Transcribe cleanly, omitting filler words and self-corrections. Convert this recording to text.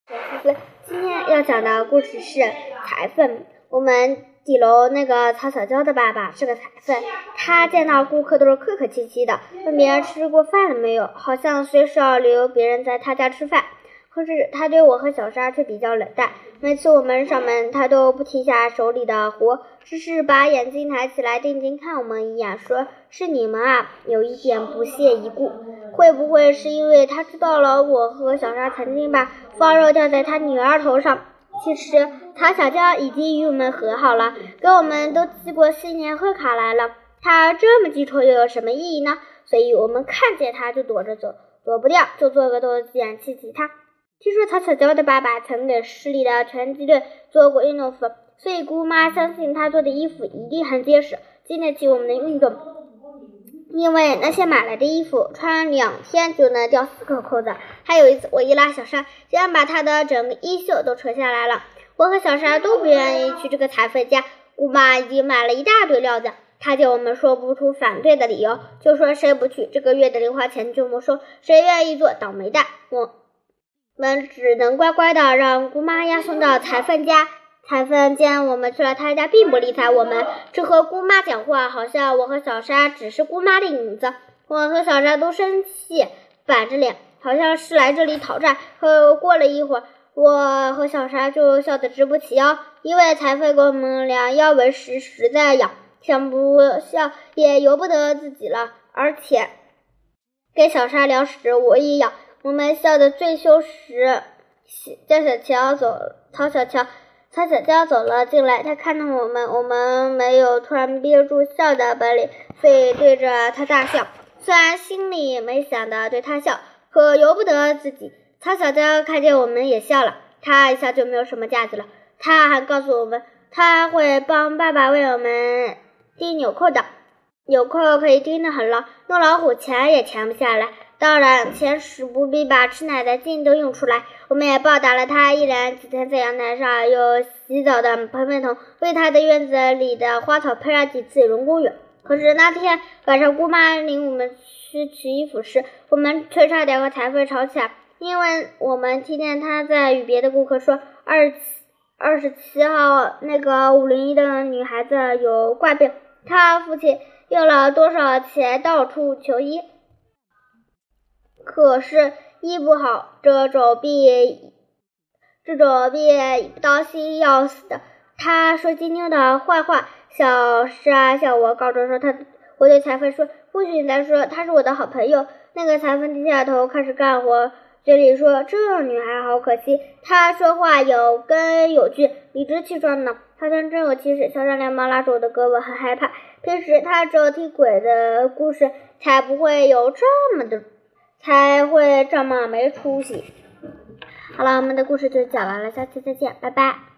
今天要讲的故事是裁缝。我们底楼那个曹小娇的爸爸是个裁缝，他见到顾客都是客客气气的，问别人吃过饭了没有，好像随时要留别人在他家吃饭。可是他对我和小莎却比较冷淡，每次我们上门，他都不停下手里的活，只是把眼睛抬起来定睛看我们一眼，说是你们啊，有一点不屑一顾。会不会是因为他知道了我和小莎曾经把方肉掉在他女儿头上？其实曹小娇已经与我们和好了，给我们都寄过新年贺卡来了。他这么记仇又有什么意义呢？所以我们看见他就躲着走，躲不掉就做个斗鸡眼气气他。听说曹小娇的爸爸曾给市里的拳击队做过运动服，所以姑妈相信他做的衣服一定很结实，经得起我们的运动。因为那些买来的衣服穿2天就能掉4个扣子。还有一次我一拉小莎，竟然把她的整个衣袖都扯下来了。我和小莎都不愿意去这个裁缝家，姑妈已经买了一大堆料子，她见我们说不出反对的理由，就说谁不去这个月的零花钱就没收，谁愿意做倒霉蛋。我们只能乖乖的让姑妈押送到裁缝家。裁缝见我们去了他家，并不理睬我们，只和姑妈讲话，好像我和小莎只是姑妈的影子。我和小莎都生气，板着脸，好像是来这里讨债。可过了一会儿，我和小莎就笑得直不起腰，因为裁缝给我们俩腰围实在痒，想不笑也由不得自己了。而且给小莎聊时我也痒。我们笑得最羞时，曹小娇走了进来，她看到我们没有突然憋住笑的本领，所以对着她大笑。虽然心里没想的对她笑，可由不得自己。曹小娇看见我们也笑了，她一笑就没有什么架子了。她还告诉我们，她会帮爸爸为我们钉纽扣的，纽扣可以钉得很牢，弄老虎钳也钳不下来。当然钱时不必把吃奶的劲都用出来。我们也报答了他，一连几天在阳台上有洗澡的喷筒，为他的院子里的花草喷了几次人工雨。可是那天晚上姑妈领我们去取衣服时，我们却差点和裁缝吵起来，因为我们听见他在与别的顾客说27号那个501的女孩子有怪病，她父亲用了多少钱到处求医，可是医不好，这种病一不当心要死的。他说金妞的坏话，小莎向我告状说我对裁缝说，不许你再说，她是我的好朋友。那个裁缝低下头开始干活，嘴里说这女孩好可惜，她说话有根有据，理直气壮呢，好像真有气势。小莎连忙拉住我的胳膊，很害怕。平时她只有听鬼的故事，才会这么没出息。好了，我们的故事就讲完了，下期再见，拜拜。